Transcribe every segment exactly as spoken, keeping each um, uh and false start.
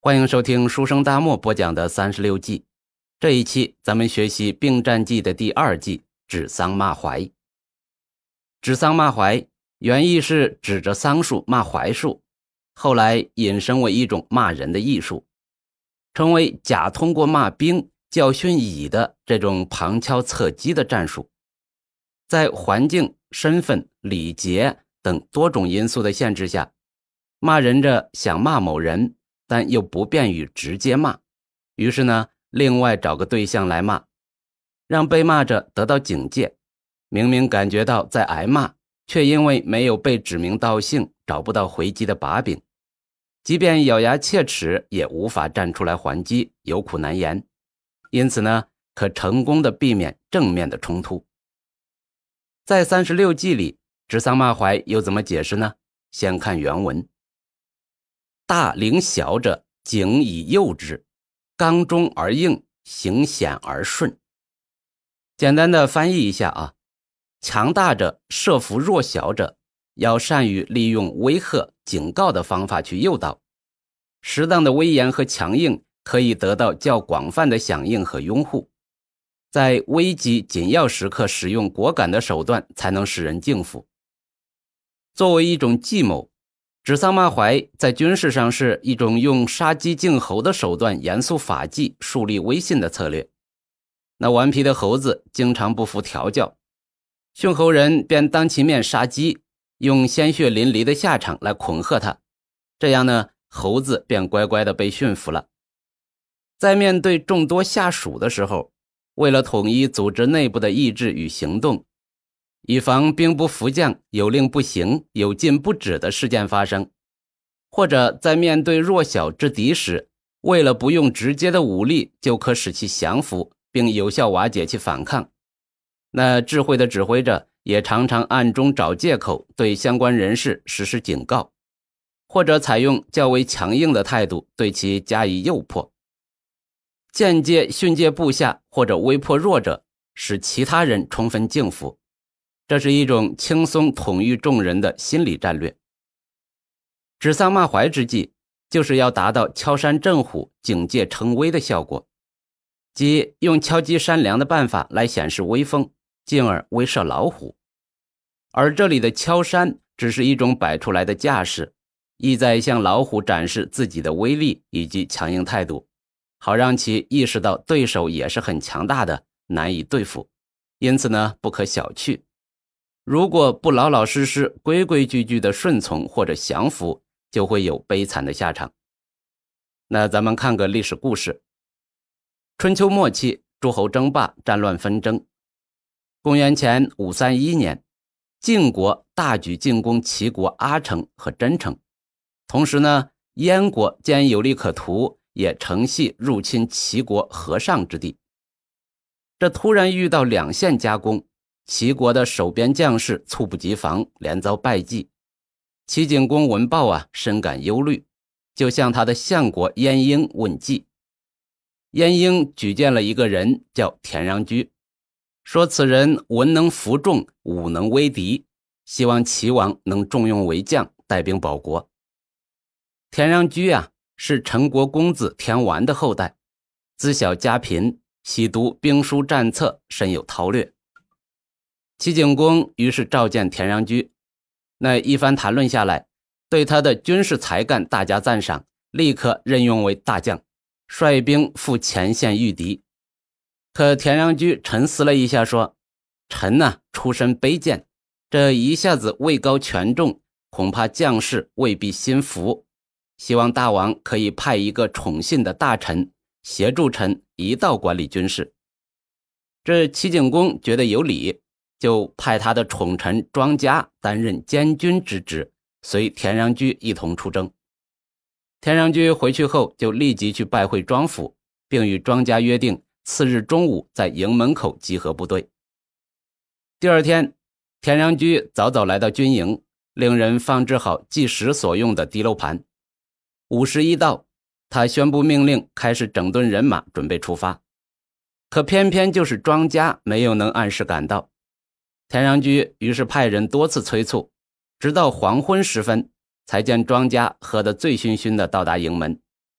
欢迎收听书生大漠播讲的三十六计。这一期咱们学习并战计的第二计指桑骂槐。指桑骂槐原意是指着桑树骂槐树，后来引申为一种骂人的艺术，成为甲通过骂兵教训乙的这种旁敲侧击的战术。在环境、身份、礼节等多种因素的限制下，骂人者想骂某人，但又不便于直接骂，于是呢，另外找个对象来骂，让被骂者得到警戒。明明感觉到在挨骂，却因为没有被指名道姓，找不到回击的把柄，即便咬牙切齿，也无法站出来还击，有苦难言。因此呢，可成功的避免正面的冲突。在三十六计里，指桑骂槐又怎么解释呢？先看原文。大凌小者，警以诱之，刚中而应，行险而顺。简单的翻译一下啊，强大者设服弱小者，要善于利用威吓、警告的方法去诱导。适当的威严和强硬可以得到较广泛的响应和拥护。在危急紧要时刻使用果敢的手段，才能使人敬服。作为一种计谋，指桑骂槐在军事上是一种用杀鸡儆猴的手段严肃法纪、树立威信的策略。那顽皮的猴子经常不服调教，驯猴人便当其面杀鸡，用鲜血淋漓的下场来恐吓他，这样呢，猴子便乖乖地被驯服了。在面对众多下属的时候，为了统一组织内部的意志与行动，以防兵不服将、有令不行、有禁不止的事件发生，或者在面对弱小之敌时，为了不用直接的武力就可使其降服，并有效瓦解其反抗，那智慧的指挥者也常常暗中找借口对相关人士实施警告，或者采用较为强硬的态度对其加以诱迫，间接训诫部下或者威迫弱者，使其他人充分敬服。这是一种轻松统御众人的心理战略。指桑骂槐之计，就是要达到敲山震虎、警戒称威的效果，即用敲击山梁的办法来显示威风，进而威慑老虎。而这里的敲山只是一种摆出来的架势，意在向老虎展示自己的威力以及强硬态度，好让其意识到对手也是很强大的，难以对付。因此呢，不可小觑。如果不老老实实、规规矩矩的顺从或者降服，就会有悲惨的下场。那咱们看个历史故事。春秋末期，诸侯争霸，战乱纷争。公元前五三一年，晋国大举进攻齐国阿城和真城，同时呢，燕国见有利可图，也乘隙入侵齐国河上之地。这突然遇到两线夹攻，齐国的守边将士猝不及防，连遭败绩。齐景公闻报啊，深感忧虑，就向他的相国晏婴问计。晏婴举荐了一个人叫田穰苴，说此人文能服众，武能威敌，希望齐王能重用为将，带兵保国。田穰苴啊，是陈国公子田完的后代，自小家贫，喜读兵书战策，深有韬略。齐景公于是召见田穰苴，那一番谈论下来，对他的军事才干大加赞赏，立刻任用为大将，率兵赴前线御敌。可田穰苴沉思了一下，说：臣呐、啊，出身卑贱，这一下子位高权重，恐怕将士未必心服，希望大王可以派一个宠信的大臣协助臣一道管理军事。这齐景公觉得有理，就派他的宠臣庄家担任监军之职，随田穰苴一同出征。田穰苴回去后，就立即去拜会庄府，并与庄家约定次日中午在营门口集合部队。第二天，田穰苴早早来到军营，令人放置好计时所用的滴漏盘。午时一到，他宣布命令，开始整顿人马，准备出发。可偏偏就是庄家没有能按时赶到。田穰苴于是派人多次催促，直到黄昏时分，才见庄家喝得醉醺醺的到达营门。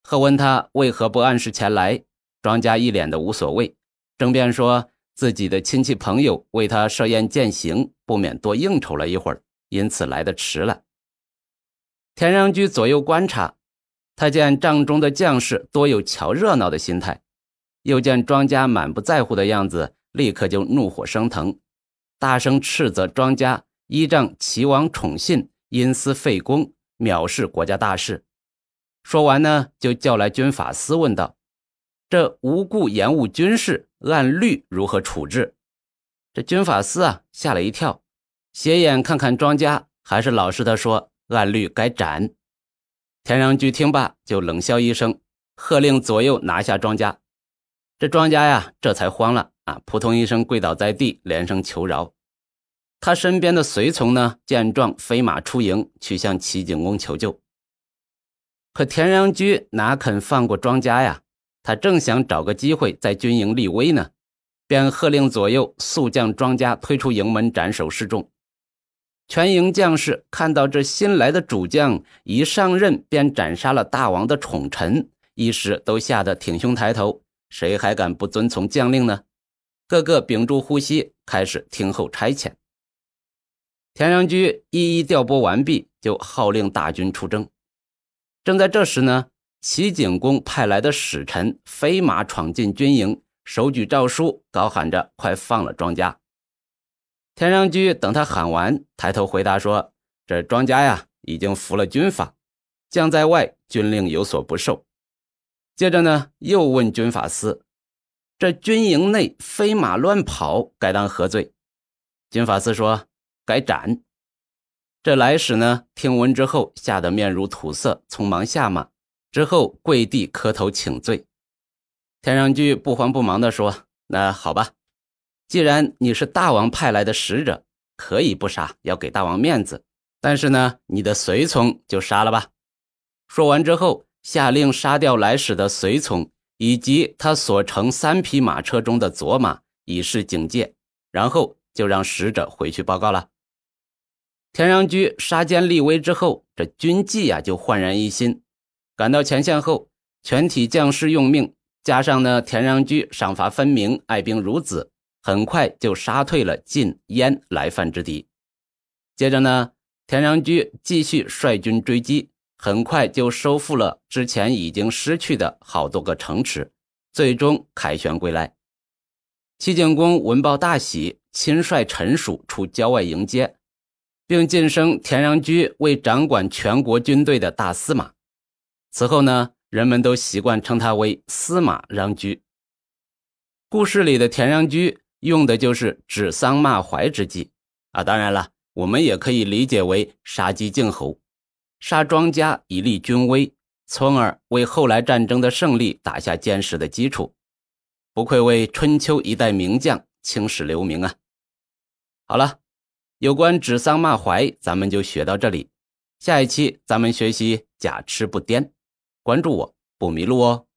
喝问他为何不按时前来，庄家一脸的无所谓，争辩说自己的亲戚朋友为他设宴饯行，不免多应酬了一会儿，因此来得迟了。田穰苴左右观察，他见帐中的将士多有瞧热闹的心态，又见庄家满不在乎的样子，立刻就怒火升腾，大声斥责庄家依仗齐王宠信，因私废公，藐视国家大事。说完呢，就叫来军法司问道：这无故延误军事，按律如何处置？这军法司啊吓了一跳，斜眼看看庄家，还是老实的说按律该斩。田穰苴听罢就冷笑一声，喝令左右拿下庄家。这庄家呀这才慌了啊，扑通一声跪倒在地，连声求饶。他身边的随从呢见状飞马出营，去向齐景公求救。可田穰苴哪肯放过庄家呀，他正想找个机会在军营立威呢，便喝令左右速将庄家推出营门，斩首示众。全营将士看到这新来的主将一上任便斩杀了大王的宠臣，一时都吓得挺胸抬头，谁还敢不遵从将令呢？个个屏住呼吸，开始听候差遣。田穰苴一一调拨完毕，就号令大军出征。正在这时呢，齐景公派来的使臣飞马闯进军营，手举诏书，高喊着快放了庄家。田穰苴等他喊完，抬头回答说：这庄家呀已经服了军法，将在外，军令有所不受。接着呢，又问军法司：这军营内飞马乱跑，该当何罪？军法司说：该斩。这来使呢听闻之后，吓得面如土色，匆忙下马，之后跪地磕头请罪。田穰苴不慌不忙地说：那好吧，既然你是大王派来的使者，可以不杀，要给大王面子，但是呢你的随从就杀了吧。说完之后，下令杀掉来使的随从以及他所乘三匹马车中的左马，以示警戒，然后就让使者回去报告了。田穰苴杀奸立威之后，这军纪啊就焕然一新。赶到前线后，全体将士用命，加上呢田穰苴赏罚分明，爱兵如子，很快就杀退了晋、燕来犯之敌。接着呢，田穰苴继续率军追击，很快就收复了之前已经失去的好多个城池，最终凯旋归来。齐景公闻报大喜，亲率臣属出郊外迎接，并晋升田穰苴为掌管全国军队的大司马。此后呢，人们都习惯称他为司马穰苴。故事里的田穰苴用的就是指桑骂槐之计啊，当然了，我们也可以理解为杀鸡儆猴，杀庄家以立军威，从而为后来战争的胜利打下坚实的基础。不愧为春秋一代名将，青史留名啊。好了，有关指桑骂槐咱们就学到这里，下一期咱们学习假痴不颠，关注我不迷路哦。